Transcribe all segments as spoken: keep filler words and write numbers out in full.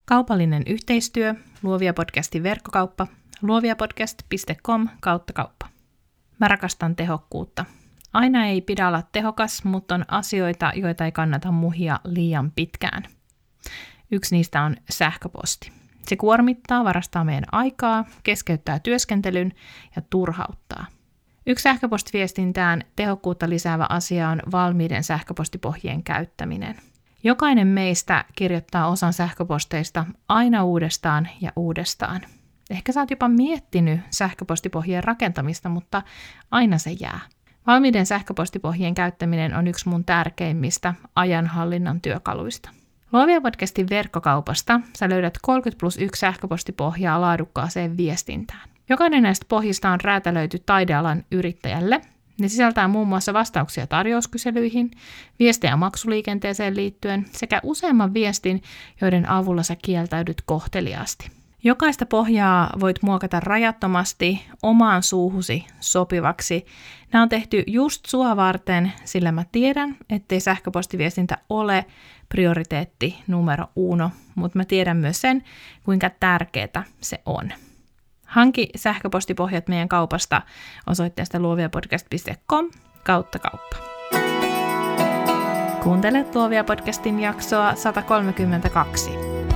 Kaupallinen yhteistyö, Luovia podcastin verkkokauppa, luoviapodcast piste com kautta kauppa. Mä rakastan tehokkuutta. Aina ei pidä olla tehokas, mutta on asioita, joita ei kannata muhia liian pitkään. Yksi niistä on sähköposti. Se kuormittaa, varastaa meidän aikaa, keskeyttää työskentelyn ja turhauttaa. Yksi sähköpostiviestintään tehokkuutta lisäävä asia on valmiiden sähköpostipohjien käyttäminen. Jokainen meistä kirjoittaa osan sähköposteista aina uudestaan ja uudestaan. Ehkä sä oot jopa miettinyt sähköpostipohjien rakentamista, mutta aina se jää. Valmiiden sähköpostipohjien käyttäminen on yksi mun tärkeimmistä ajanhallinnan työkaluista. Luovia podcastin verkkokaupasta sä löydät kolmekymmentä plus yksi sähköpostipohjaa laadukkaaseen viestintään. Jokainen näistä pohjista on räätälöity taidealan yrittäjälle. Ne sisältää muun muassa vastauksia tarjouskyselyihin, viestejä maksuliikenteeseen liittyen sekä useamman viestin, joiden avulla sä kieltäydyt kohteliaasti. Jokaista pohjaa voit muokata rajattomasti omaan suuhusi sopivaksi. Nämä on tehty just sua varten, sillä mä tiedän, ettei sähköpostiviestintä ole prioriteetti numero uno, mutta mä tiedän myös sen, kuinka tärkeää se on. Hanki sähköpostipohjat meidän kaupasta osoitteesta luoviapodcast piste com kautta kauppa. Kuuntelet Luovia podcastin jaksoa sata kolmekymmentäkaksi.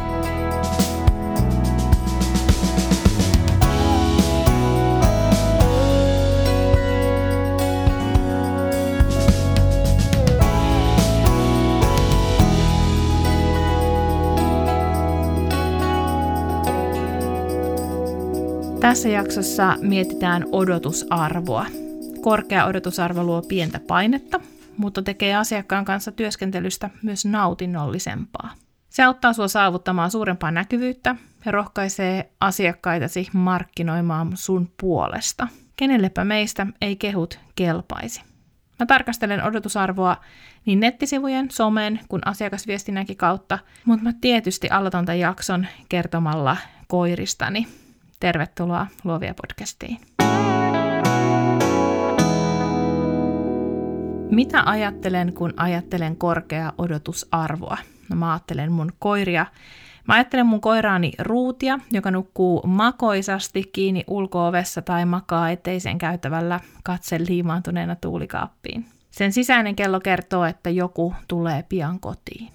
Tässä jaksossa mietitään odotusarvoa. Korkea odotusarvo luo pientä painetta, mutta tekee asiakkaan kanssa työskentelystä myös nautinnollisempaa. Se auttaa sinua saavuttamaan suurempaa näkyvyyttä ja rohkaisee asiakkaitasi markkinoimaan sun puolesta. Kenellepä meistä ei kehut kelpaisi. Mä tarkastelen odotusarvoa niin nettisivujen, somen kuin asiakasviestinnänkin kautta, mutta mä tietysti aloitan tämän jakson kertomalla koiristani. Tervetuloa Luovia podcastiin. Mitä ajattelen, kun ajattelen korkeaa odotusarvoa? No, mä ajattelen mun koiria. Mä ajattelen mun koiraani Ruutia, joka nukkuu makoisasti kiinni ulko-ovessa tai makaa eteisen käytävällä katse liimaantuneena tuulikaappiin. Sen sisäinen kello kertoo, että joku tulee pian kotiin.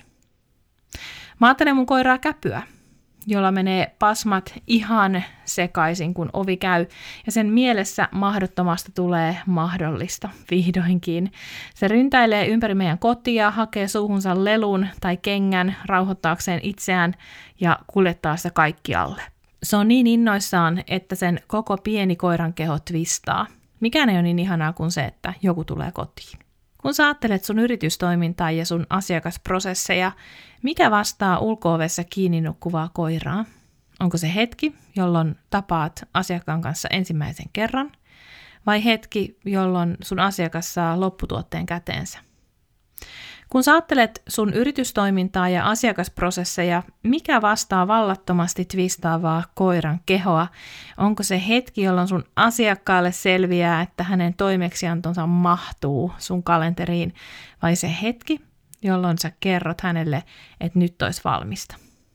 Mä ajattelen mun koiraa Käpyä, jolla menee pasmat ihan sekaisin, kun ovi käy, ja sen mielessä mahdottomasta tulee mahdollista, vihdoinkin. Se ryntäilee ympäri meidän kotia, hakee suuhunsa lelun tai kengän rauhoittaakseen itseään ja kuljettaa sitä kaikkialle. Se on niin innoissaan, että sen koko pieni koiran keho twistaa. Mikään ei ole niin ihanaa kuin se, että joku tulee kotiin. Kun sä ajattelet sun yritystoimintaa ja sun asiakasprosesseja, mikä vastaa ulko-ovessa kiinni nukkuvaa koiraa? Onko se hetki, jolloin tapaat asiakkaan kanssa ensimmäisen kerran? Vai hetki, jolloin sun asiakas saa lopputuotteen käteensä? Kun sä ajattelet sun yritystoimintaa ja asiakasprosesseja, mikä vastaa vallattomasti twistaavaa koiran kehoa? Onko se hetki, jolloin sun asiakkaalle selviää, että hänen toimeksiantonsa mahtuu sun kalenteriin? Vai se hetki, jolloin sä kerrot hänelle, että nyt olisi valmista?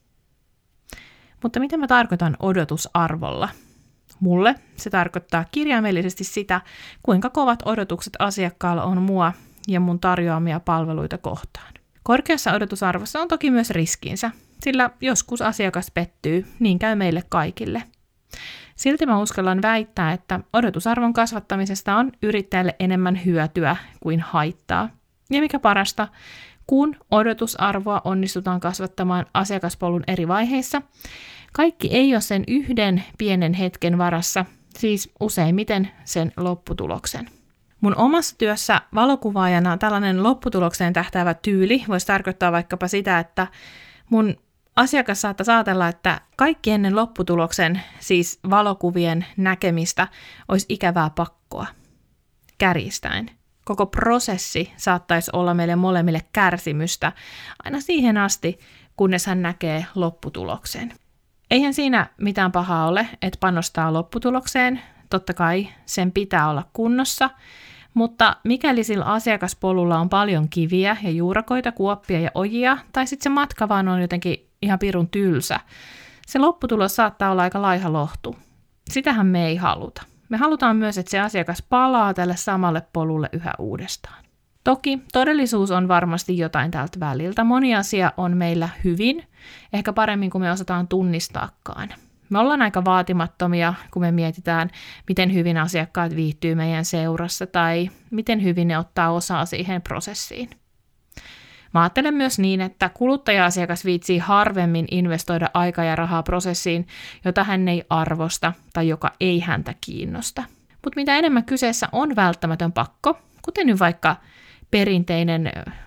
Mutta mitä mä tarkoitan odotusarvolla? Mulle se tarkoittaa kirjaimellisesti sitä, kuinka kovat odotukset asiakkaalla on mua ja mun tarjoamia palveluita kohtaan. Korkeassa odotusarvossa on toki myös riskinsä, sillä joskus asiakas pettyy, niin käy meille kaikille. Silti mä uskallan väittää, että odotusarvon kasvattamisesta on yrittäjälle enemmän hyötyä kuin haittaa. Ja mikä parasta, kun odotusarvoa onnistutaan kasvattamaan asiakaspolun eri vaiheissa, kaikki ei ole sen yhden pienen hetken varassa, siis useimmiten sen lopputuloksen. Mun omassa työssä valokuvaajana tällainen lopputulokseen tähtäävä tyyli voisi tarkoittaa vaikkapa sitä, että mun asiakas saattaa ajatella, että kaikki ennen lopputuloksen, siis valokuvien näkemistä, olisi ikävää pakkoa. Kärjistäen. Koko prosessi saattaisi olla meille molemmille kärsimystä aina siihen asti, kunnes hän näkee lopputuloksen. Eihän siinä mitään pahaa ole, että panostaa lopputulokseen. Totta kai sen pitää olla kunnossa, mutta mikäli sillä asiakaspolulla on paljon kiviä ja juurakoita, kuoppia ja ojia, tai sitten se matka vaan on jotenkin ihan pirun tylsä, se lopputulos saattaa olla aika laiha lohtu. Sitähän me ei haluta. Me halutaan myös, että se asiakas palaa tälle samalle polulle yhä uudestaan. Toki todellisuus on varmasti jotain tältä väliltä. Moni asia on meillä hyvin, ehkä paremmin kuin me osataan tunnistaakaan. Me ollaan aika vaatimattomia, kun me mietitään, miten hyvin asiakkaat viihtyy meidän seurassa tai miten hyvin ne ottaa osaa siihen prosessiin. Mä ajattelen myös niin, että kuluttaja-asiakas viitsii harvemmin investoida aikaa ja rahaa prosessiin, jota hän ei arvosta tai joka ei häntä kiinnosta. Mutta mitä enemmän kyseessä on välttämätön pakko, kuten nyt vaikka perinteinen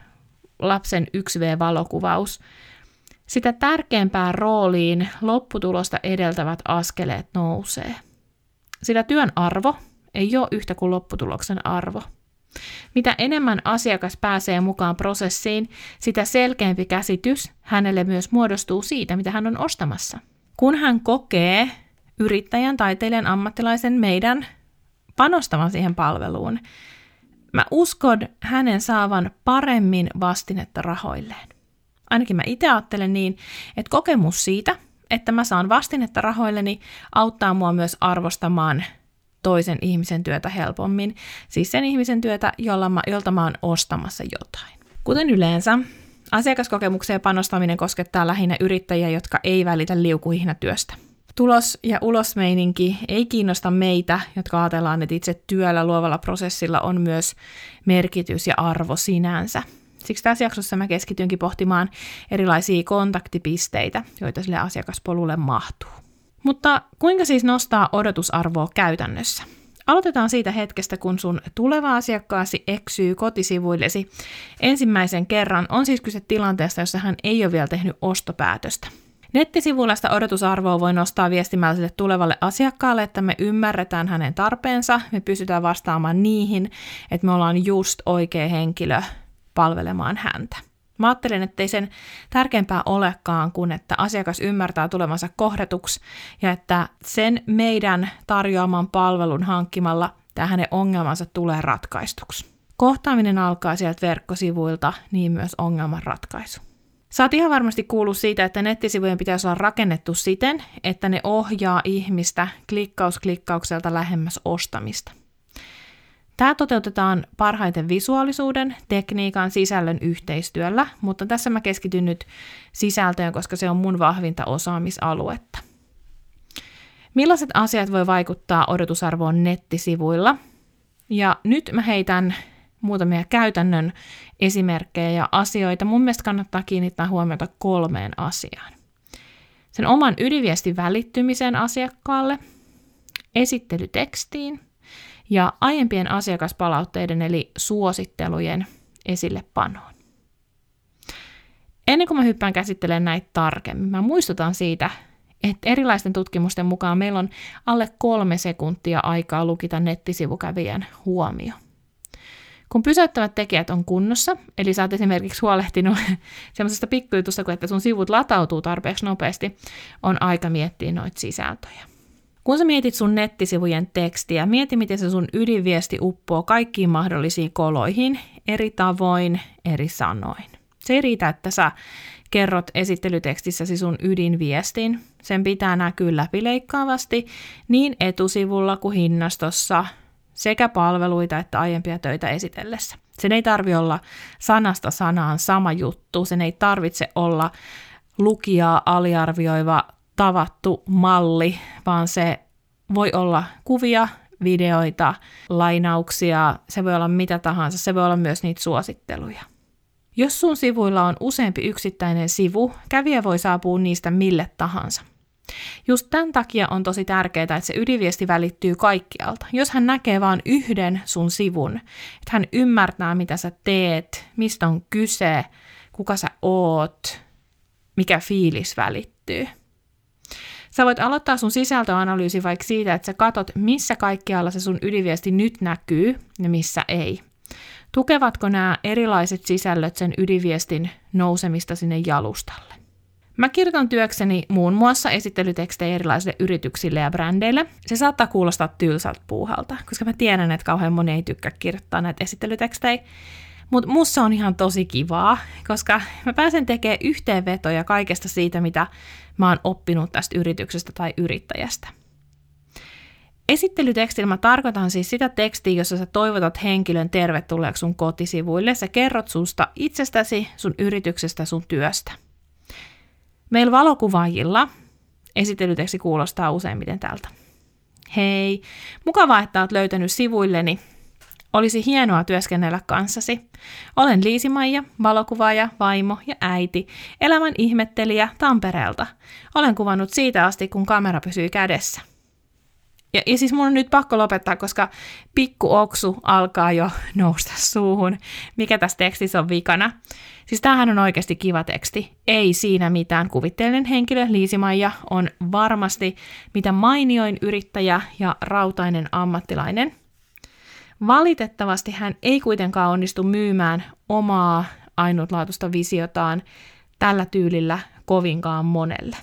lapsen yksi D-valokuvaus, sitä tärkeämpään rooliin lopputulosta edeltävät askeleet nousee. Sillä työn arvo ei ole yhtä kuin lopputuloksen arvo. Mitä enemmän asiakas pääsee mukaan prosessiin, sitä selkeämpi käsitys hänelle myös muodostuu siitä, mitä hän on ostamassa. Kun hän kokee yrittäjän, taiteilijan, ammattilaisen meidän panostavan siihen palveluun, mä uskon hänen saavan paremmin vastinetta rahoilleen. Ainakin mä itse ajattelen niin, että kokemus siitä, että mä saan vastinetta rahoilleni, auttaa mua myös arvostamaan toisen ihmisen työtä helpommin, siis sen ihmisen työtä, jolla mä, jolta mä oon ostamassa jotain. Kuten yleensä, asiakaskokemukseen panostaminen koskettaa lähinnä yrittäjiä, jotka ei välitä liukuhihnatyöstä. Tulos- ja ulosmeininki ei kiinnosta meitä, jotka ajatellaan, että itse työllä luovalla prosessilla on myös merkitys ja arvo sinänsä. Siksi tässä jaksossa mä keskitynkin pohtimaan erilaisia kontaktipisteitä, joita sille asiakaspolulle mahtuu. Mutta kuinka siis nostaa odotusarvoa käytännössä? Aloitetaan siitä hetkestä, kun sun tuleva asiakkaasi eksyy kotisivuillesi ensimmäisen kerran. On siis kyse tilanteesta, jossa hän ei ole vielä tehnyt ostopäätöstä. Nettisivuilla sitä odotusarvoa voi nostaa viestimällä sille tulevalle asiakkaalle, että me ymmärretään hänen tarpeensa, me pystytään vastaamaan niihin, että me ollaan just oikea henkilö palvelemaan häntä. Mä ajattelen, että ei sen tärkeämpää olekaan kuin, että asiakas ymmärtää tulevansa kohdatuksi ja että sen meidän tarjoaman palvelun hankkimalla tämä hänen ongelmansa tulee ratkaistuksi. Kohtaaminen alkaa sieltä verkkosivuilta, niin myös ongelman ratkaisu. Sä oot ihan varmasti kuullut siitä, että nettisivujen pitäisi olla rakennettu siten, että ne ohjaa ihmistä klikkaus klikkaukselta lähemmäs ostamista. Tämä toteutetaan parhaiten visuaalisuuden, tekniikan, sisällön yhteistyöllä, mutta tässä mä keskityn nyt sisältöön, koska se on mun vahvinta osaamisaluetta. Millaiset asiat voi vaikuttaa odotusarvoon nettisivuilla? Ja nyt mä heitän muutamia käytännön esimerkkejä ja asioita. Mun mielestä kannattaa kiinnittää huomiota kolmeen asiaan. Sen oman ydinviestin välittymiseen asiakkaalle, esittelytekstiin ja aiempien asiakaspalautteiden eli suosittelujen esillepanoon. Ennen kuin mä hyppään käsittelemään näitä tarkemmin, mä muistutan siitä, että erilaisten tutkimusten mukaan meillä on alle kolme sekuntia aikaa lukita nettisivukävijän huomio. Kun pysäyttävät tekijät on kunnossa, eli sä oot esimerkiksi huolehtinut semmoisesta pikkujutusta kuin, että sun sivut latautuu tarpeeksi nopeasti, on aika miettiä noita sisältöjä. Kun sä mietit sun nettisivujen tekstiä, mieti miten se sun ydinviesti uppoo kaikkiin mahdollisiin koloihin, eri tavoin, eri sanoin. Se ei riitä, että sä kerrot esittelytekstissäsi sun ydinviestin. Sen pitää näkyä läpileikkaavasti niin etusivulla kuin hinnastossa, sekä palveluita että aiempia töitä esitellessä. Sen ei tarvitse olla sanasta sanaan sama juttu, sen ei tarvitse olla lukijaa aliarvioiva tavattu malli, vaan se voi olla kuvia, videoita, lainauksia, se voi olla mitä tahansa, se voi olla myös niitä suositteluja. Jos sun sivuilla on useampi yksittäinen sivu, kävijä voi saapua niistä mille tahansa. Just tämän takia on tosi tärkeää, että se ydinviesti välittyy kaikkialta. Jos hän näkee vain yhden sun sivun, että hän ymmärtää, mitä sä teet, mistä on kyse, kuka sä oot, mikä fiilis välittyy. Sä voit aloittaa sun sisältöanalyysi vaikka siitä, että sä katot, missä kaikkialla se sun ydinviesti nyt näkyy ja missä ei. Tukevatko nämä erilaiset sisällöt sen ydinviestin nousemista sinne jalustalle? Mä kirjoitan työkseni muun muassa esittelytekstejä erilaisille yrityksille ja brändeille. Se saattaa kuulostaa tylsältä puuhalta, koska mä tiedän, että kauhean moni ei tykkää kirjoittaa näitä esittelytekstejä. Mutta musta on ihan tosi kivaa, koska mä pääsen tekemään yhteenvetoja kaikesta siitä, mitä mä oon oppinut tästä yrityksestä tai yrittäjästä. Esittelytekstillä mä tarkoitan siis sitä tekstiä, jossa sä toivotat henkilön tervetulleeksi sun kotisivuille. Sä kerrot susta itsestäsi, sun yrityksestä, sun työstä. Meillä valokuvaajilla esittelyteksti kuulostaa useimmiten tältä. Hei, mukavaa, että oot löytänyt sivuilleni. Olisi hienoa työskennellä kanssasi. Olen Liisi-Maija, valokuvaaja, vaimo ja äiti, elämän ihmettelijä Tampereelta. Olen kuvannut siitä asti, kun kamera pysyy kädessä. Ja, ja siis mun on nyt pakko lopettaa, koska pikku oksu alkaa jo nousta suuhun. Mikä tässä tekstissä on vikana? Siis tämähän on oikeasti kiva teksti. Ei siinä mitään. Kuvitteellinen henkilö Liisi-Maija on varmasti mitä mainioin yrittäjä ja rautainen ammattilainen. Valitettavasti hän ei kuitenkaan onnistu myymään omaa ainutlaatuista visiotaan tällä tyylillä kovinkaan monelle.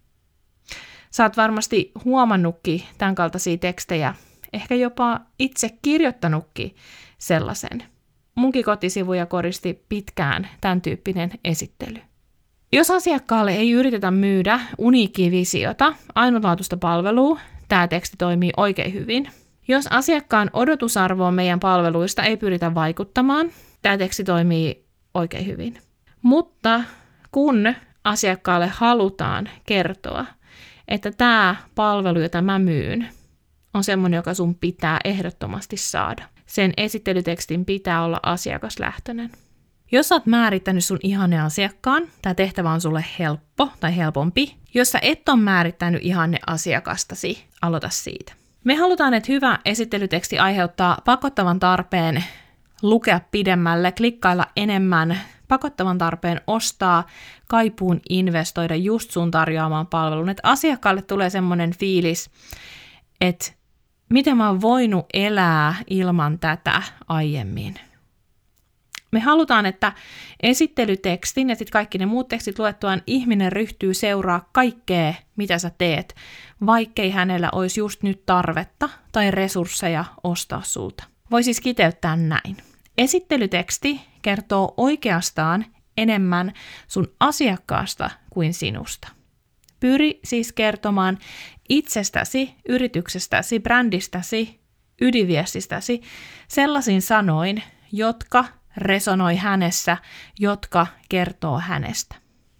Sä oot varmasti huomannutkin tämän kaltaisia tekstejä, ehkä jopa itse kirjoittanutkin sellaisen. Munkin kotisivuja koristi pitkään tämän tyyppinen esittely. Jos asiakkaalle ei yritetä myydä uniikkiä visiota, ainutlaatuista palvelua, tämä teksti toimii oikein hyvin. Jos asiakkaan odotusarvoon meidän palveluista ei pyritä vaikuttamaan, tämä teksti toimii oikein hyvin. Mutta kun asiakkaalle halutaan kertoa, että tämä palvelu, jota mä myyn, on semmoinen, joka sun pitää ehdottomasti saada. Sen esittelytekstin pitää olla asiakaslähtöinen. Jos sä oot määrittänyt sun ihanne asiakkaan, tämä tehtävä on sulle helppo tai helpompi. Jos sä et ole määrittänyt ihanne asiakastasi, aloita siitä. Me halutaan, että hyvä esittelyteksti aiheuttaa pakottavan tarpeen lukea pidemmälle, klikkailla enemmän, pakottavan tarpeen ostaa, kaipuun investoida just sun tarjoamaan palveluun. Että asiakkaalle tulee semmoinen fiilis, että miten mä oon voinut elää ilman tätä aiemmin. Me halutaan, että esittelytekstin ja sitten kaikki ne muut tekstit luettuaan ihminen ryhtyy seuraa kaikkea, mitä sä teet, vaikkei hänellä olisi just nyt tarvetta tai resursseja ostaa sulta. Voi siis kiteyttää näin. Esittelyteksti kertoo oikeastaan enemmän sun asiakkaasta kuin sinusta. Pyri siis kertomaan itsestäsi, yrityksestäsi, brändistäsi, ydinviestistäsi sellaisin sanoin, jotka resonoi hänessä, jotka kertoo hänestä.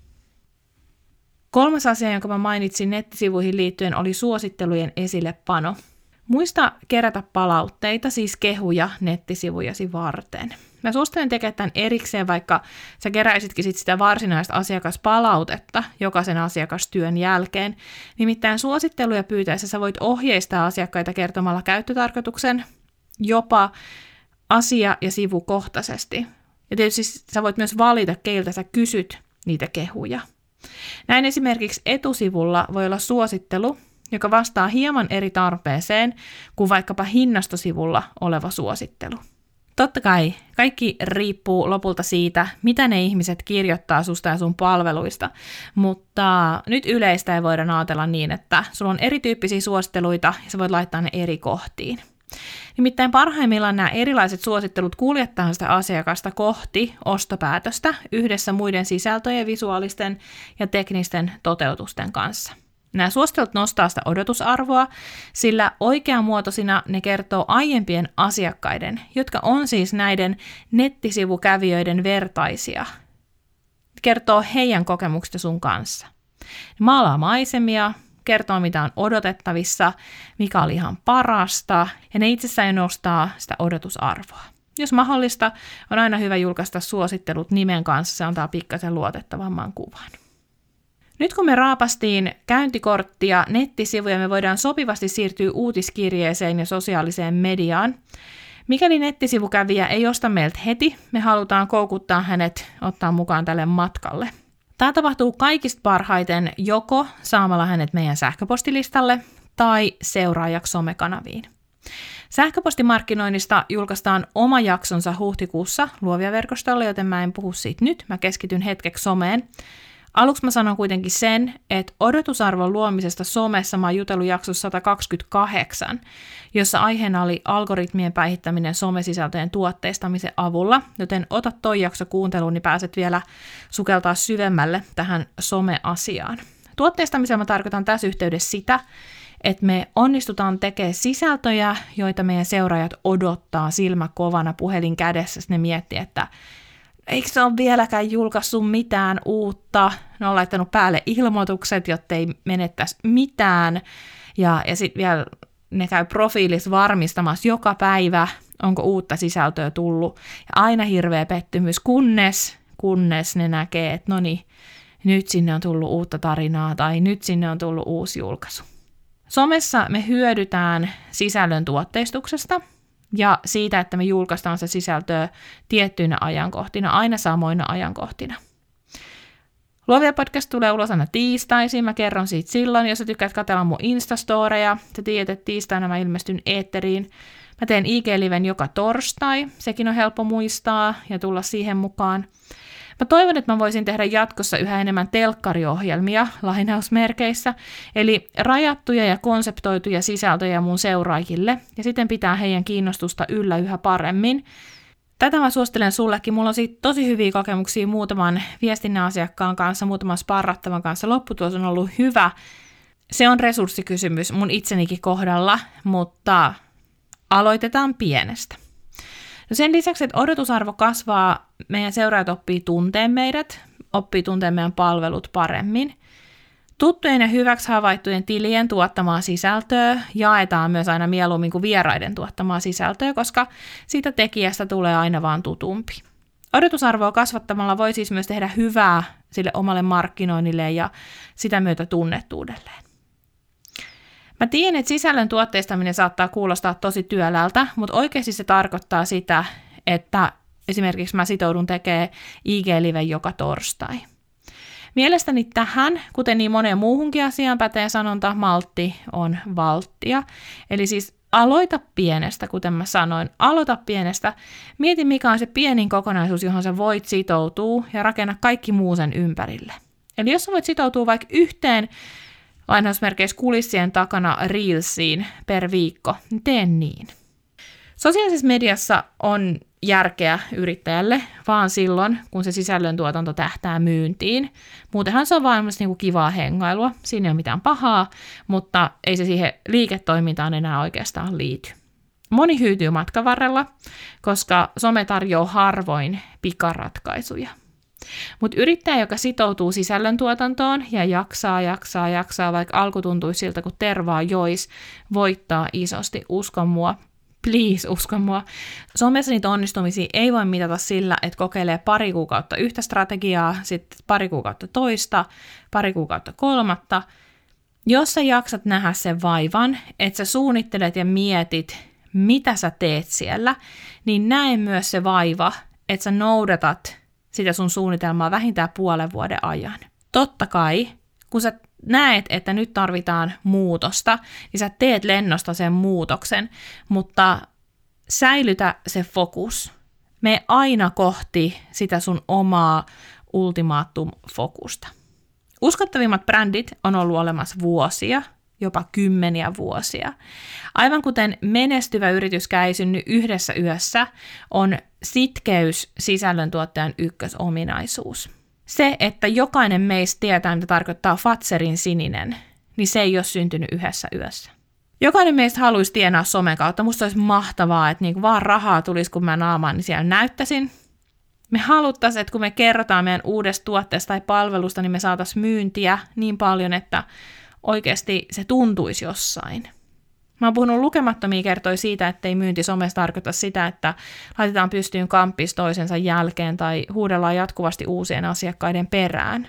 Kolmas asia, jonka mä mainitsin nettisivuihin liittyen, oli suosittelujen esillepano. Muista kerätä palautteita, siis kehuja nettisivujasi varten. Mä suosittelen tekemään tämän erikseen, vaikka sä keräisitkin sit sitä varsinaista asiakaspalautetta jokaisen asiakastyön jälkeen. Nimittäin suositteluja pyytäessä sä voit ohjeistaa asiakkaita kertomalla käyttötarkoituksen jopa asia- ja sivukohtaisesti. Ja tietysti sä voit myös valita, keiltä sä kysyt niitä kehuja. Näin esimerkiksi etusivulla voi olla suosittelu, joka vastaa hieman eri tarpeeseen kuin vaikkapa hinnastosivulla oleva suosittelu. Totta kai kaikki riippuu lopulta siitä, mitä ne ihmiset kirjoittaa susta ja sun palveluista, mutta nyt yleistä ei voida ajatella niin, että sulla on erityyppisiä suositteluita ja sä voit laittaa ne eri kohtiin. Nimittäin parhaimmillaan nämä erilaiset suosittelut kuljettaa sitä asiakasta kohti ostopäätöstä yhdessä muiden sisältöjen, visuaalisten ja teknisten toteutusten kanssa. Nämä suosittelut nostaa sitä odotusarvoa, sillä oikeamuotoisina ne kertoo aiempien asiakkaiden, jotka on siis näiden nettisivukävijöiden vertaisia. Kertoo heidän kokemuksista sun kanssa. Ne maalaa maisemia, kertoo mitä on odotettavissa, mikä oli ihan parasta, ja ne itsessään nostaa sitä odotusarvoa. Jos mahdollista, on aina hyvä julkaista suosittelut nimen kanssa, se antaa pikkasen luotettavamman kuvan. Nyt kun me raapastiin käyntikorttia nettisivuja, me voidaan sopivasti siirtyä uutiskirjeeseen ja sosiaaliseen mediaan. Mikäli nettisivukävijä ei osta meiltä heti, me halutaan koukuttaa hänet ottaa mukaan tälle matkalle. Tämä tapahtuu kaikista parhaiten joko saamalla hänet meidän sähköpostilistalle tai seuraajaksi somekanaviin. Sähköpostimarkkinoinnista julkaistaan oma jaksonsa huhtikuussa Luovia-verkostolla, joten mä en puhu siitä nyt, mä keskityn hetkeksi someen. Aluksi mä sanon kuitenkin sen, että odotusarvon luomisesta somessa mä oon jutellut jaksossa sata kaksikymmentäkahdeksan, jossa aiheena oli algoritmien päihittäminen somesisältöjen tuotteistamisen avulla, joten ota toi jakso kuunteluun, niin pääset vielä sukeltaa syvemmälle tähän someasiaan. Tuotteistamisella mä tarkoitan tässä yhteydessä sitä, että me onnistutaan tekemään sisältöjä, joita meidän seuraajat odottaa silmä kovana puhelin kädessä. Ne miettii, että eikö se ole vieläkään julkaissut mitään uutta. Ne on laittanut päälle ilmoitukset, jotta ei menettäisi mitään. Ja, ja sitten vielä ne käy profiilissa varmistamassa joka päivä, onko uutta sisältöä tullut. Ja aina hirveä pettymys, kunnes, kunnes ne näkee, että no niin, nyt sinne on tullut uutta tarinaa tai nyt sinne on tullut uusi julkaisu. Somessa me hyödytään sisällön tuotteistuksesta ja siitä, että me julkaistaan se sisältöä tiettyinä ajankohtina, aina samoina ajankohtina. Luovia podcast tulee ulos aina tiistaisin, mä kerron siitä silloin, jos sä tykkäät katsella mun Instastoreja, sä tiedät, että tiistaina mä ilmestyn eetteriin. Mä teen I G-liven joka torstai, sekin on helppo muistaa ja tulla siihen mukaan. Mä toivon, että mä voisin tehdä jatkossa yhä enemmän telkkariohjelmia lainausmerkeissä, eli rajattuja ja konseptoituja sisältöjä mun seuraajille, ja sitten pitää heidän kiinnostusta yllä yhä paremmin. Tätä mä suosittelen sullekin. Mulla on siitä tosi hyviä kokemuksia muutaman viestinnän asiakkaan kanssa, muutaman sparrattavan kanssa. Lopputulos on ollut hyvä. Se on resurssikysymys mun itsenikin kohdalla, mutta aloitetaan pienestä. No sen lisäksi, että odotusarvo kasvaa, meidän seuraajat oppii tunteen meidät, oppii tunteen meidän palvelut paremmin. Tuttujen ja hyväksi havaittujen tilien tuottamaa sisältöä jaetaan myös aina mieluummin kuin vieraiden tuottamaa sisältöä, koska siitä tekijästä tulee aina vaan tutumpi. Odotusarvoa kasvattamalla voi siis myös tehdä hyvää sille omalle markkinoinnille ja sitä myötä tunnettuudelleen. Mä tiedän, että sisällön tuotteistaminen saattaa kuulostaa tosi työläältä, mutta oikeasti se tarkoittaa sitä, että esimerkiksi mä sitoudun tekemään I G-liven joka torstai. Mielestäni tähän, kuten niin moneen muuhunkin asiaan, pätee sanonta maltti on valttia. Eli siis aloita pienestä, kuten mä sanoin, aloita pienestä. Mieti, mikä on se pienin kokonaisuus, johon sä voit sitoutua ja rakenna kaikki muu sen ympärille. Eli jos sä voit sitoutua vaikka yhteen lainausmerkeissä kulissien takana reelsiin per viikko, niin tee niin. Sosiaalisessa mediassa on järkeä yrittäjälle vaan silloin, kun se sisällöntuotanto tähtää myyntiin. Muutenhan se on vain niinku kivaa hengailua, siinä ei ole mitään pahaa, mutta ei se siihen liiketoimintaan enää oikeastaan liity. Moni hyytyy matkan varrella, koska some tarjoaa harvoin pikaratkaisuja. Mutta yrittäjä, joka sitoutuu sisällöntuotantoon ja jaksaa, jaksaa, jaksaa, vaikka alku tuntuisi siltä, kun tervaa jois, voittaa isosti, uskon mua. Please, usko mua. Somessa niitä onnistumisia ei voi mitata sillä, että kokeilee pari kuukautta yhtä strategiaa, sitten pari kuukautta toista, pari kuukautta kolmatta. Jos sä jaksat nähdä sen vaivan, että sä suunnittelet ja mietit, mitä sä teet siellä, niin näe myös se vaiva, että sä noudatat sitä sun suunnitelmaa vähintään puolen vuoden ajan. Totta kai, kun sä näet, että nyt tarvitaan muutosta, niin sä teet lennosta sen muutoksen, mutta säilytä se fokus. Mene aina kohti sitä sun omaa ultimaattum-fokusta. Uskottavimmat brändit on ollut olemassa vuosia, jopa kymmeniä vuosia. Aivan kuten menestyvä yritys ei synny yhdessä yössä, on sitkeys sisällöntuottajan ykkösominaisuus. Se, että jokainen meistä tietää, mitä tarkoittaa Fatserin sininen, niin se ei ole syntynyt yhdessä yössä. Jokainen meistä haluaisi tienaa somen kautta. Musta olisi mahtavaa, että niin vaan rahaa tulisi, kun mä naamaan, niin siellä näyttäisin. Me haluttaisiin, että kun me kerrotaan meidän uudesta tuotteesta tai palvelusta, niin me saataisiin myyntiä niin paljon, että oikeasti se tuntuisi jossain. Mä oon puhunut lukemattomia kertoja siitä, ettei myynti somessa tarkoita sitä, että laitetaan pystyyn kamppis toisensa jälkeen tai huudellaan jatkuvasti uusien asiakkaiden perään.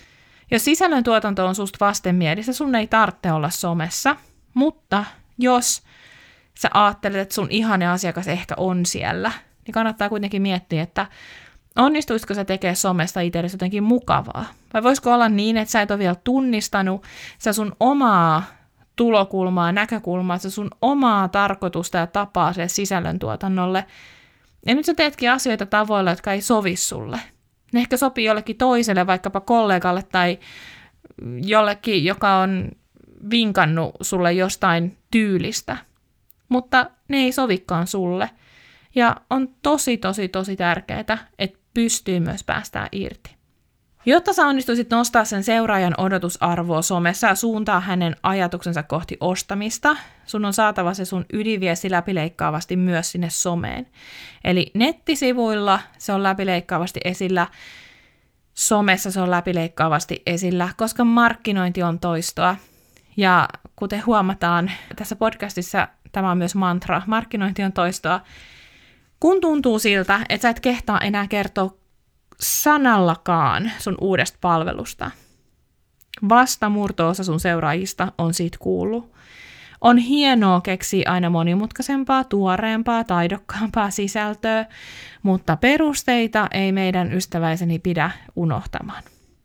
Jos sisällöntuotanto on susta vastenmielistä, sun ei tarvitse olla somessa, mutta jos sä ajattelet, että sun ihane asiakas ehkä on siellä, niin kannattaa kuitenkin miettiä, että onnistuisiko sä tekemään somesta itsellesi jotenkin mukavaa? Vai voisiko olla niin, että sä et ole vielä tunnistanut sä sun omaa tulokulmaa, näkökulmaa, se sun omaa tarkoitusta ja tapaa sille sisällöntuotannolle. Ja nyt sä teetkin asioita tavoilla, jotka ei sovi sulle. Ne ehkä sopii jollekin toiselle, vaikkapa kollegalle tai jollekin, joka on vinkannut sulle jostain tyylistä, mutta ne ei sovikaan sulle. Ja on tosi, tosi, tosi tärkeää, että pystyy myös päästään irti. Jotta sä onnistuisit nostaa sen seuraajan odotusarvoa somessa ja suuntaa hänen ajatuksensa kohti ostamista, sun on saatava se sun ydinviesti läpileikkaavasti myös sinne someen. Eli nettisivuilla se on läpileikkaavasti esillä, somessa se on läpileikkaavasti esillä, koska markkinointi on toistoa. Ja kuten huomataan tässä podcastissa, tämä on myös mantra, markkinointi on toistoa. Kun tuntuu siltä, että sä et kehtaa enää kertoa sanallakaan sun uudesta palvelusta, vasta murto-osa sun seuraajista on siitä kuullut. On hienoa keksiä aina monimutkaisempaa, tuoreempaa, taidokkaampaa sisältöä, mutta perusteita ei meidän ystäväiseni pidä unohtamaan.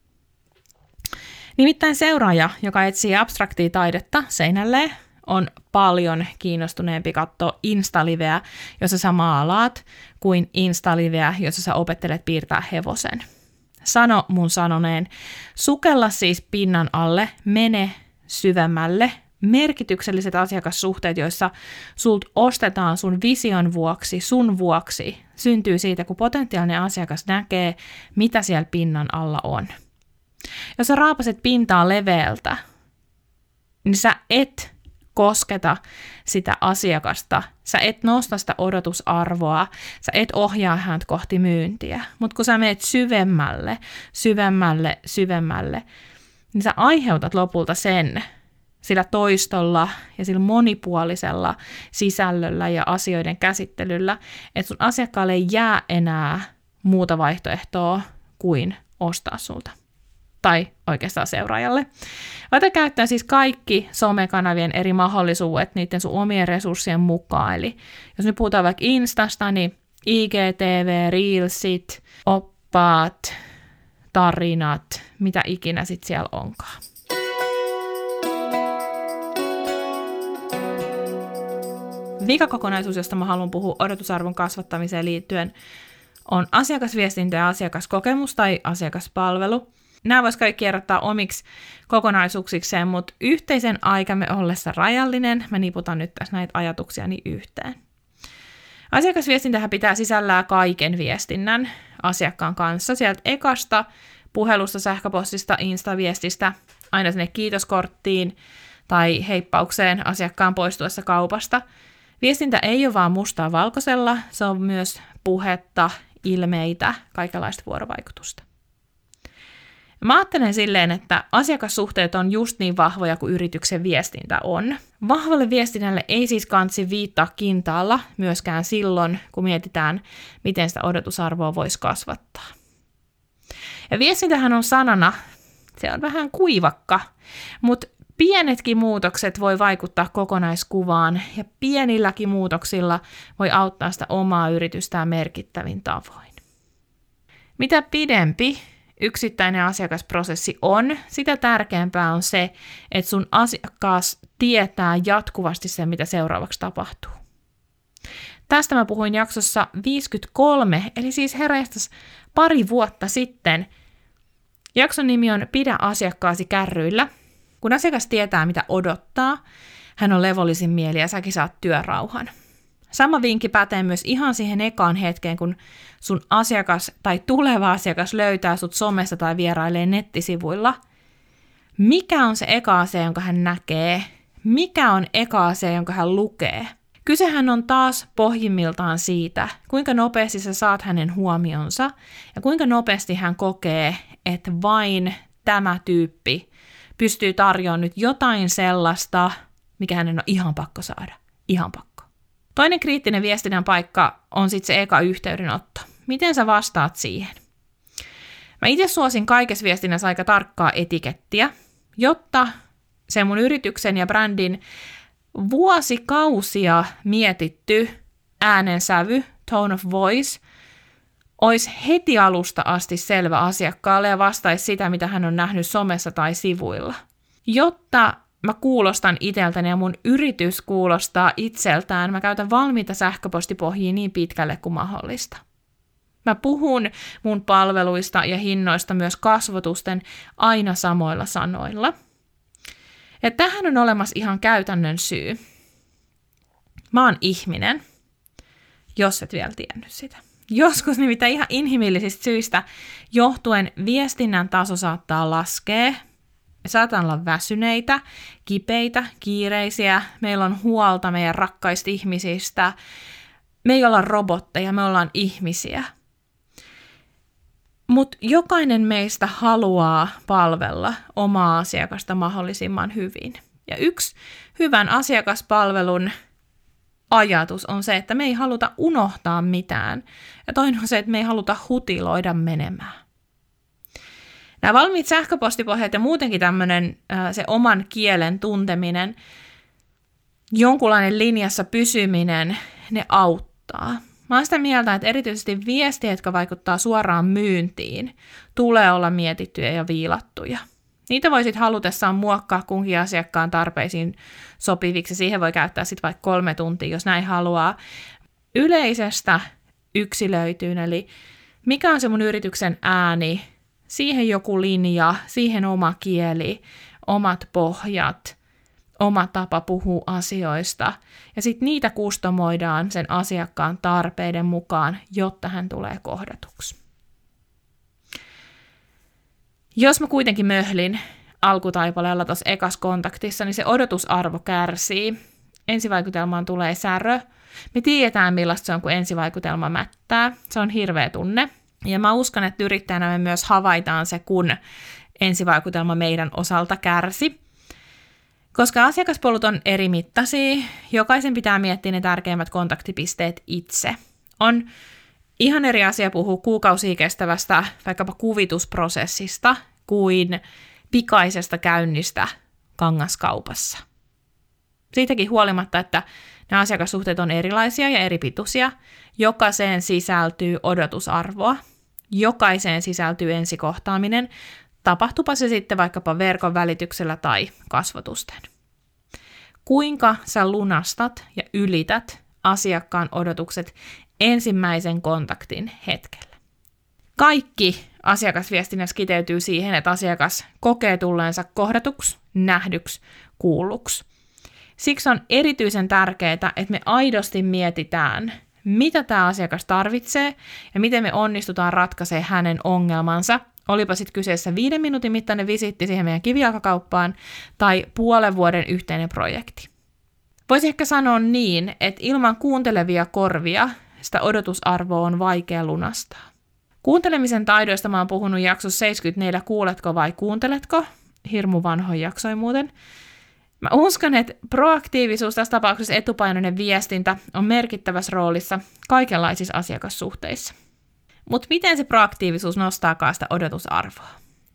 Nimittäin seuraaja, joka etsii abstraktia taidetta seinälleen, on paljon kiinnostuneempi katsoa Insta-liveä, jossa sä maalaat, kuin Insta-liveä, jossa sä opettelet piirtää hevosen. Sano mun sanoneen, sukella siis pinnan alle, mene syvemmälle, merkitykselliset asiakassuhteet, joissa sult ostetaan sun vision vuoksi, sun vuoksi, syntyy siitä, kun potentiaalinen asiakas näkee, mitä siellä pinnan alla on. Jos sä raapaset pintaa leveältä, niin sä et kosketa sitä asiakasta, sä et nosta sitä odotusarvoa, sä et ohjaa häntä kohti myyntiä, mutta kun sä meet syvemmälle, syvemmälle, syvemmälle, niin sä aiheutat lopulta sen sillä toistolla ja sillä monipuolisella sisällöllä ja asioiden käsittelyllä, että sun asiakkaalle ei jää enää muuta vaihtoehtoa kuin ostaa sulta. Tai oikeastaan seuraajalle. Ota käyttää siis kaikki somekanavien eri mahdollisuudet niiden sun omien resurssien mukaan. Eli jos nyt puhutaan vaikka Instasta, niin I G T V, Reelsit, oppaat, tarinat, mitä ikinä sit siellä onkaan. Vikakokonaisuus, josta mä haluan puhua odotusarvon kasvattamiseen liittyen, on asiakasviestintä ja asiakaskokemus tai asiakaspalvelu. Nämä voisi kaikki erottaa omiksi kokonaisuuksikseen, mutta yhteisen aikamme ollessa rajallinen, mä niputan nyt tässä näitä ajatuksiani yhteen. Asiakasviestintähän pitää sisällään kaiken viestinnän asiakkaan kanssa, sieltä ekasta puhelusta, sähköpostista, instaviestistä, aina sinne kiitoskorttiin tai heippaukseen asiakkaan poistuessa kaupasta. Viestintä ei ole vaan mustaa valkoisella, se on myös puhetta, ilmeitä, kaikenlaista vuorovaikutusta. Mä ajattelen silleen, että asiakassuhteet on just niin vahvoja kuin yrityksen viestintä on. Vahvalle viestinnälle ei siis kansi viittaa kintaalla myöskään silloin, kun mietitään, miten sitä odotusarvoa voisi kasvattaa. Ja viestintähän on sanana, se on vähän kuivakka, mutta pienetkin muutokset voi vaikuttaa kokonaiskuvaan ja pienilläkin muutoksilla voi auttaa sitä omaa yritystään merkittävin tavoin. Mitä pidempi yksittäinen asiakasprosessi on, sitä tärkeämpää on se, että sun asiakas tietää jatkuvasti sen, mitä seuraavaksi tapahtuu. Tästä mä puhuin jaksossa viisikymmentäkolme, eli siis herästäs pari vuotta sitten. Jakson nimi on Pidä asiakkaasi kärryillä. Kun asiakas tietää, mitä odottaa, hän on levollisin mieli ja säkin saat työrauhan. Sama vinkki pätee myös ihan siihen ekaan hetkeen, kun sun asiakas tai tuleva asiakas löytää sut somessa tai vierailee nettisivuilla. Mikä on se eka asia, jonka hän näkee? Mikä on eka asia, jonka hän lukee? Kysehän on taas pohjimmiltaan siitä, kuinka nopeasti sä saat hänen huomionsa ja kuinka nopeasti hän kokee, että vain tämä tyyppi pystyy tarjoamaan nyt jotain sellaista, mikä hänen on ihan pakko saada. Ihan pakko. Toinen kriittinen viestinnän paikka on sitten se eka yhteydenotto. Miten sä vastaat siihen? Mä itse suosin kaikessa viestinnässä aika tarkkaa etikettiä, jotta se mun yrityksen ja brändin vuosikausia mietitty äänensävy, tone of voice, olisi heti alusta asti selvä asiakkaalle ja vastaisi sitä, mitä hän on nähnyt somessa tai sivuilla. Jotta mä kuulostan itseltäni ja mun yritys kuulostaa itseltään, mä käytän valmiita sähköpostipohjia niin pitkälle kuin mahdollista. Mä puhun mun palveluista ja hinnoista myös kasvotusten aina samoilla sanoilla. Ja tähän on olemassa ihan käytännön syy. Mä oon ihminen, jos et vielä tiennyt sitä. Joskus nimittäin ihan inhimillisistä syistä johtuen viestinnän taso saattaa laskea. Me saatan olla väsyneitä, kipeitä, kiireisiä. Meillä on huolta meidän rakkaista ihmisistä. Me ei olla robotteja, me ollaan ihmisiä. Mutta jokainen meistä haluaa palvella omaa asiakasta mahdollisimman hyvin. Ja yksi hyvän asiakaspalvelun ajatus on se, että me ei haluta unohtaa mitään. Ja toinen on se, että me ei haluta hutiloida menemään. Nämä valmiit sähköpostipohjat ja muutenkin tämmöinen se oman kielen tunteminen, jonkunlainen linjassa pysyminen, ne auttaa. Mä oon sitä mieltä, että erityisesti viestiä, jotka vaikuttaa suoraan myyntiin, tulee olla mietittyjä ja viilattuja. Niitä voi sitten halutessaan muokkaa kunkin asiakkaan tarpeisiin sopiviksi. Siihen voi käyttää sitten vaikka kolme tuntia, jos näin haluaa. Yleisestä yksilöityyn, eli mikä on se mun yrityksen ääni, siihen joku linja, siihen oma kieli, omat pohjat, oma tapa puhua asioista. Ja sitten niitä kustomoidaan sen asiakkaan tarpeiden mukaan, jotta hän tulee kohdatuksi. Jos mä kuitenkin möhlin alkutaipaleella tuossa ekas kontaktissa, niin se odotusarvo kärsii. Ensivaikutelmaan tulee särö. Me tiedetään, millaista se on, kun ensivaikutelma mättää. Se on hirveä tunne. Ja mä uskon, että yrittäjänä me myös havaitaan se, kun ensivaikutelma meidän osalta kärsi. Koska asiakaspolut on eri mittaisia, jokaisen pitää miettiä ne tärkeimmät kontaktipisteet itse. On ihan eri asia puhua kuukausia kestävästä vaikkapa kuvitusprosessista kuin pikaisesta käynnistä kangaskaupassa. Siitäkin huolimatta, että nämä asiakassuhteet on erilaisia ja eri pituisia, jokaiseen sisältyy odotusarvoa, jokaiseen sisältyy ensikohtaaminen, tapahtupa se sitten vaikkapa verkon välityksellä tai kasvotusten. Kuinka sä lunastat ja ylität asiakkaan odotukset ensimmäisen kontaktin hetkellä? Kaikki asiakasviestinnässä kiteytyy siihen, että asiakas kokee tulleensa kohdatuksi, nähdyksi, kuulluksi. Siksi on erityisen tärkeää, että me aidosti mietitään, mitä tämä asiakas tarvitsee ja miten me onnistutaan ratkaisemaan hänen ongelmansa. Olipa sitten kyseessä viiden minuutin mittainen visiitti siihen meidän kivijalkakauppaan tai puolen vuoden yhteinen projekti. Voisi ehkä sanoa niin, että ilman kuuntelevia korvia sitä odotusarvoa on vaikea lunastaa. Kuuntelemisen taidoista mä oon puhunut jaksossa seitsemänkymmentäneljä, kuuletko vai kuunteletko? Hirmu vanhoin jaksoi muuten. Mä uskon, että proaktiivisuus, tässä tapauksessa etupainoinen viestintä, on merkittävässä roolissa kaikenlaisissa asiakassuhteissa. Mutta miten se proaktiivisuus nostaakaan sitä odotusarvoa?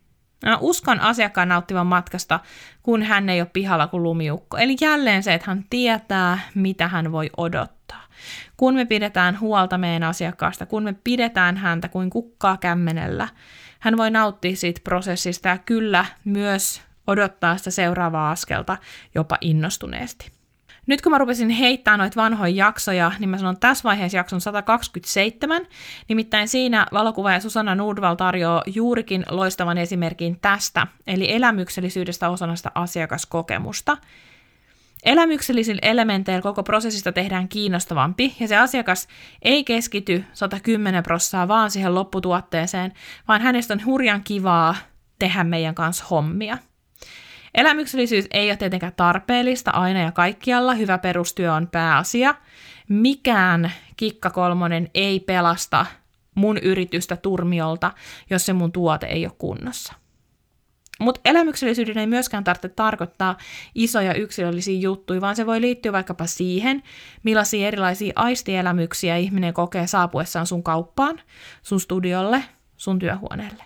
Mä uskon asiakkaan nauttivan matkasta, kun hän ei ole pihalla kuin lumiukko. Eli jälleen se, että hän tietää, mitä hän voi odottaa. Kun me pidetään huolta meidän asiakkaasta, kun me pidetään häntä kuin kukkaa kämmenellä, hän voi nauttia siitä prosessista ja kyllä myös odottaa sitä seuraavaa askelta jopa innostuneesti. Nyt kun mä rupesin heittämään noita vanhoja jaksoja, niin mä sanon tässä vaiheessa jakson sata kaksikymmentäseitsemän, nimittäin siinä valokuvaaja Susanna Nordvall tarjoaa juurikin loistavan esimerkin tästä, eli elämyksellisyydestä osana sitä asiakaskokemusta. Elämyksellisillä elementeillä koko prosessista tehdään kiinnostavampi, ja se asiakas ei keskity sata kymmenen prosenttia vaan siihen lopputuotteeseen, vaan hänestä on hurjan kivaa tehdä meidän kanssa hommia. Elämyksellisyys ei ole tietenkään tarpeellista aina ja kaikkialla, hyvä perustyö on pääasia. Mikään kikkakolmonen ei pelasta mun yritystä turmiolta, jos se mun tuote ei ole kunnossa. Mutta elämyksellisyyden ei myöskään tarvitse tarkoittaa isoja yksilöllisiä juttuja, vaan se voi liittyä vaikkapa siihen, millaisia erilaisia aistielämyksiä ihminen kokee saapuessaan sun kauppaan, sun studiolle, sun työhuoneelle.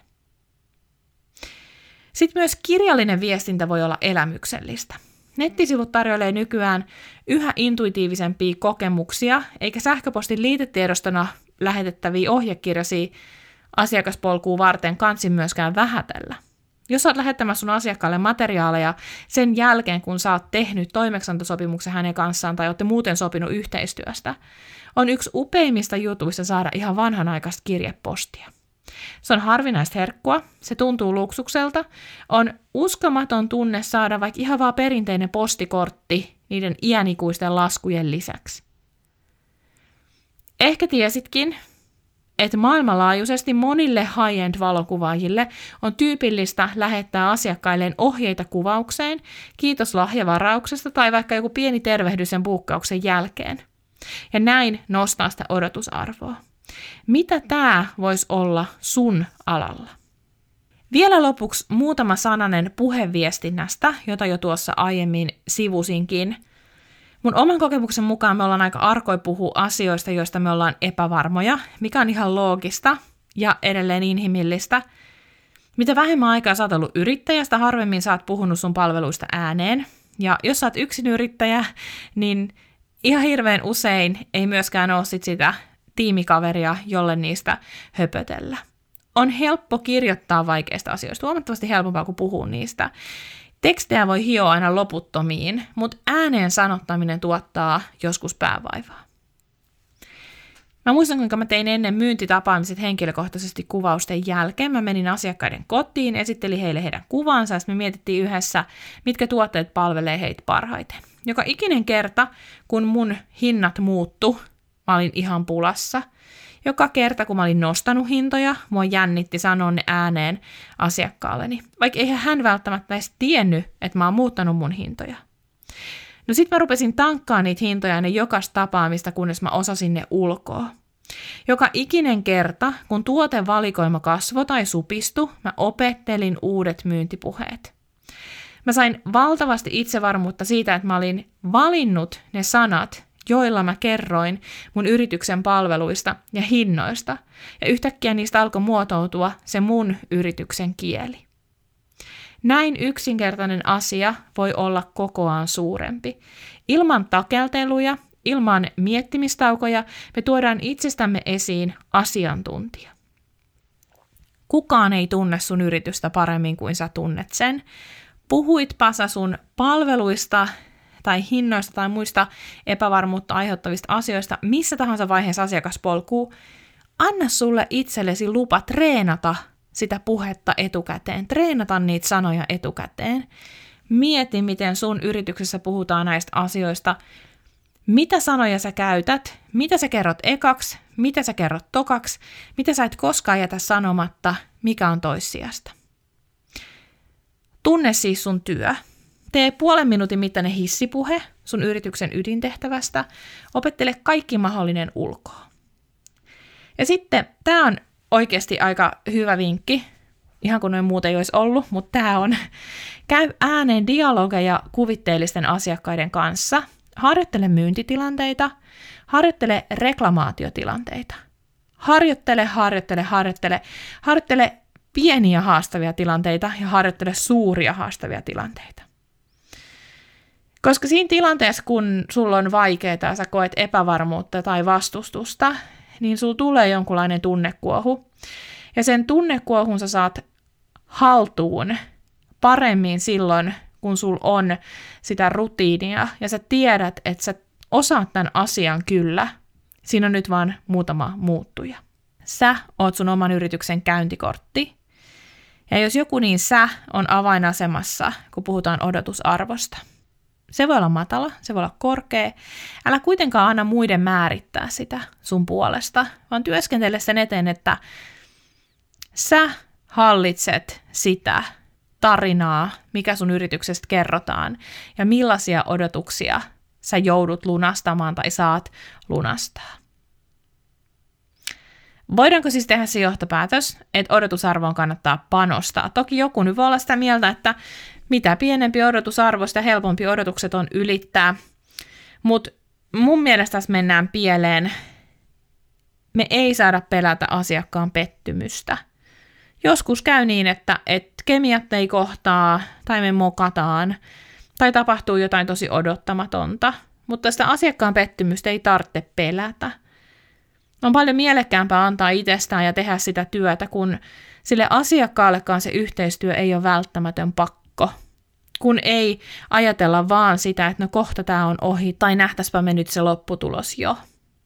Sitten myös kirjallinen viestintä voi olla elämyksellistä. Nettisivut tarjoilee nykyään yhä intuitiivisempia kokemuksia, eikä sähköpostin liitetiedostona lähetettäviä ohjekirjaisia asiakaspolkuun varten kansi myöskään vähätellä. Jos sä oot lähettämässä sun asiakkaalle materiaaleja sen jälkeen, kun sä oot tehnyt toimeksiantosopimuksen hänen kanssaan tai ootte muuten sopinut yhteistyöstä, on yksi upeimmista jutuista saada ihan vanhanaikaista kirjepostia. Se on harvinaista herkkua, se tuntuu luksukselta, on uskomaton tunne saada vaikka ihan vaan perinteinen postikortti niiden iänikuisten laskujen lisäksi. Ehkä tiesitkin, että maailmanlaajuisesti monille high-end valokuvaajille on tyypillistä lähettää asiakkailleen ohjeita kuvaukseen, kiitos lahjavarauksesta tai vaikka joku pieni tervehdys sen buukkauksen jälkeen. Ja näin nostaa sitä odotusarvoa. Mitä tämä voisi olla sun alalla? Vielä lopuksi muutama sananen puheviestinnästä, jota jo tuossa aiemmin sivusinkin. Mun oman kokemuksen mukaan me ollaan aika arkoja puhua asioista, joista me ollaan epävarmoja, mikä on ihan loogista ja edelleen inhimillistä. Mitä vähemmän aikaa sä oot ollut yrittäjä, sitä harvemmin sä oot puhunut sun palveluista ääneen. Ja jos sä oot yksin yrittäjä, niin ihan hirveän usein ei myöskään ole sit sitä tiimikaveria, jolle niistä höpötellä. On helppo kirjoittaa vaikeista asioista, huomattavasti helpompaa kuin puhua niistä. Tekstejä voi hioa aina loputtomiin, mutta ääneen sanottaminen tuottaa joskus päävaivaa. Mä muistan, kuinka mä tein ennen myyntitapaamiset henkilökohtaisesti kuvausten jälkeen. Mä menin asiakkaiden kotiin, esittelin heille heidän kuvansa, ja me mietittiin yhdessä, mitkä tuotteet palvelee heitä parhaiten. Joka ikinen kerta, kun mun hinnat muuttu, mä olin ihan pulassa. Joka kerta, kun mä olin nostanut hintoja, mua jännitti sanoa ne ääneen asiakkaalleni. Vaikka eihän hän välttämättä edes tiennyt, että mä oon muuttanut mun hintoja. No sit mä rupesin tankkaamaan niitä hintoja ne jokaista tapaamista, kunnes mä osasin ne ulkoa. Joka ikinen kerta, kun tuotevalikoima kasvoi tai supistui, mä opettelin uudet myyntipuheet. Mä sain valtavasti itsevarmuutta siitä, että mä olin valinnut ne sanat, joilla mä kerroin mun yrityksen palveluista ja hinnoista, ja yhtäkkiä niistä alkoi muotoutua se mun yrityksen kieli. Näin yksinkertainen asia voi olla kokoaan suurempi. Ilman takelteluja, ilman miettimistaukoja me tuodaan itsestämme esiin asiantuntija. Kukaan ei tunne sun yritystä paremmin kuin sä tunnet sen. Puhuitpa sä sun palveluista tai hinnoista tai muista epävarmuutta aiheuttavista asioista missä tahansa vaiheessa asiakaspolkua, anna sulle itsellesi lupa treenata sitä puhetta etukäteen, treenata niitä sanoja etukäteen. Mieti, miten sun yrityksessä puhutaan näistä asioista, mitä sanoja sä käytät, mitä sä kerrot ekaksi, mitä sä kerrot tokaksi, mitä sä et koskaan jätä sanomatta, mikä on toissijasta. Tunne siis sun työ. Tee puolen minuutin mittainen hissipuhe sun yrityksen ydintehtävästä. Opettele kaikki mahdollinen ulkoa. Ja sitten tämä on oikeasti aika hyvä vinkki, ihan kun noin muuta ei olisi ollut, mutta tämä on. Käy ääneen dialogeja kuvitteellisten asiakkaiden kanssa. Harjoittele myyntitilanteita, harjoittele reklamaatiotilanteita. Harjoittele, harjoittele, harjoittele, harjoittele pieniä haastavia tilanteita ja harjoittele suuria haastavia tilanteita. Koska siinä tilanteessa, kun sulla on vaikeaa ja sä koet epävarmuutta tai vastustusta, niin sulla tulee jonkunlainen tunnekuohu. Ja sen tunnekuohun sä saat haltuun paremmin silloin, kun sulla on sitä rutiinia ja sä tiedät, että sä osaat tämän asian kyllä. Siinä on nyt vaan muutama muuttuja. Sä oot sun oman yrityksen käyntikortti. Ja jos joku, niin sä on avainasemassa, kun puhutaan odotusarvosta. Se voi olla matala, se voi olla korkea. Älä kuitenkaan anna muiden määrittää sitä sun puolesta, vaan työskentele sen eteen, että sä hallitset sitä tarinaa, mikä sun yrityksestä kerrotaan, ja millaisia odotuksia sä joudut lunastamaan tai saat lunastaa. Voidaanko siis tehdä se johtopäätös, että odotusarvoon kannattaa panostaa? Toki joku nyt voi olla sitä mieltä, että mitä pienempi odotusarvo, sitä helpompi odotukset on ylittää. Mutta mun mielestä tässä mennään pieleen. Me ei saada pelätä asiakkaan pettymystä. Joskus käy niin, että et kemiat ei kohtaa, tai me mokataan, tai tapahtuu jotain tosi odottamatonta. Mutta sitä asiakkaan pettymystä ei tarvitse pelätä. On paljon mielekkäämpää antaa itsestään ja tehdä sitä työtä, kun sille asiakkaallekaan se yhteistyö ei ole välttämätön pakko. Kun ei ajatella vaan sitä, että no kohta tämä on ohi tai nähtäispä me nyt se lopputulos jo.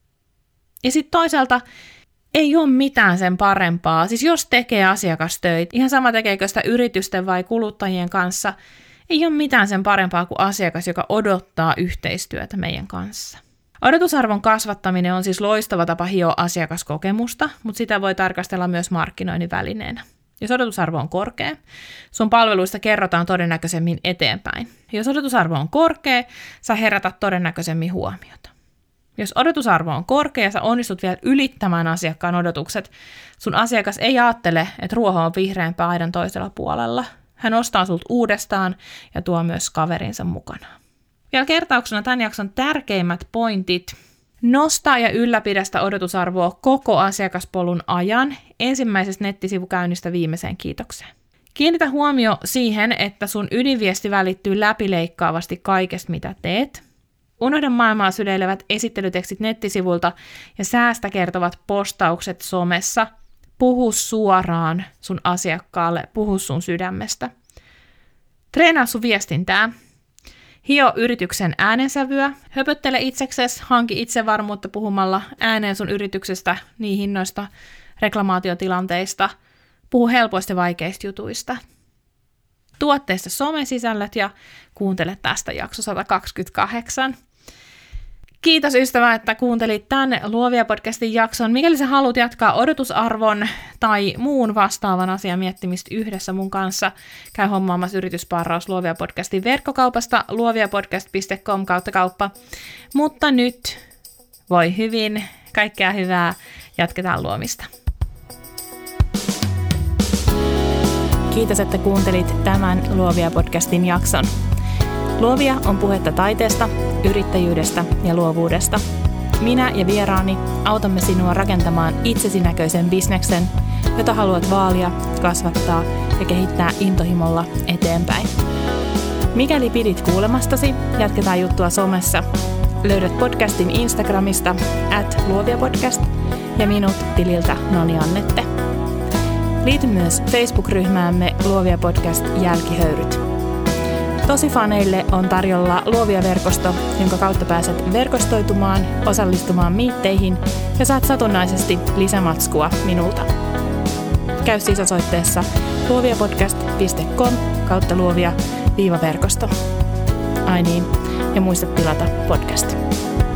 Ja sitten toisaalta ei ole mitään sen parempaa. Siis jos tekee asiakastöitä, ihan sama tekeekö sitä yritysten vai kuluttajien kanssa, ei ole mitään sen parempaa kuin asiakas, joka odottaa yhteistyötä meidän kanssa. Odotusarvon kasvattaminen on siis loistava tapa hioa asiakaskokemusta, mutta sitä voi tarkastella myös markkinoinnin välineenä. Jos odotusarvo on korkea, sun palveluista kerrotaan todennäköisemmin eteenpäin. Jos odotusarvo on korkea, sä herätät todennäköisemmin huomiota. Jos odotusarvo on korkea ja sä onnistut vielä ylittämään asiakkaan odotukset, sun asiakas ei ajattele, että ruoho on vihreämpää aidan toisella puolella. Hän ostaa sulta uudestaan ja tuo myös kaverinsa mukanaan. Vielä kertauksena tämän jakson tärkeimmät pointit. Nosta ja ylläpidä sitä odotusarvoa koko asiakaspolun ajan ensimmäisestä nettisivukäynnistä viimeiseen kiitokseen. Kiinnitä huomio siihen, että sun ydinviesti välittyy läpileikkaavasti kaikesta, mitä teet. Unohda maailmaa syleilevät esittelytekstit nettisivulta ja säästä kertovat postaukset somessa. Puhu suoraan sun asiakkaalle, puhu sun sydämestä. Treenaa sun viestintää. Hio yrityksen äänensävyä, höpöttele itseksesi, hanki itsevarmuutta puhumalla ääneen sun yrityksestä, niin hinnoista, reklamaatiotilanteista, puhu helpoista vaikeista jutuista. Tuotteista somesisällöt ja kuuntele tästä jakso sata kaksikymmentäkahdeksan. Kiitos ystävä, että kuuntelit tämän Luovia-podcastin jakson. Mikäli sä haluat jatkaa odotusarvon tai muun vastaavan asian miettimistä yhdessä mun kanssa, käy hommaamassa yrityssparraus Luovia-podcastin verkkokaupasta luoviapodcast piste com kautta kauppa. Mutta nyt voi hyvin, kaikkea hyvää, jatketaan luomista. Kiitos, että kuuntelit tämän Luovia-podcastin jakson. Luovia on puhetta taiteesta, yrittäjyydestä ja luovuudesta. Minä ja vieraani autamme sinua rakentamaan itsesi näköisen bisneksen, jota haluat vaalia, kasvattaa ja kehittää intohimolla eteenpäin. Mikäli pidit kuulemastasi, jatketaan juttua somessa. Löydät podcastin Instagramista at luoviapodcast ja minut tililtä Noni Annette. Liity myös Facebook-ryhmäämme Luovia Podcast Jälkihöyryt. Tosifaneille on tarjolla Luovia-verkosto, jonka kautta pääset verkostoitumaan, osallistumaan miitteihin ja saat satunnaisesti lisämatskua minulta. Käy siis osoitteessa luoviapodcast piste com kautta luovia-verkosto. Ai niin, ja muista tilata podcast.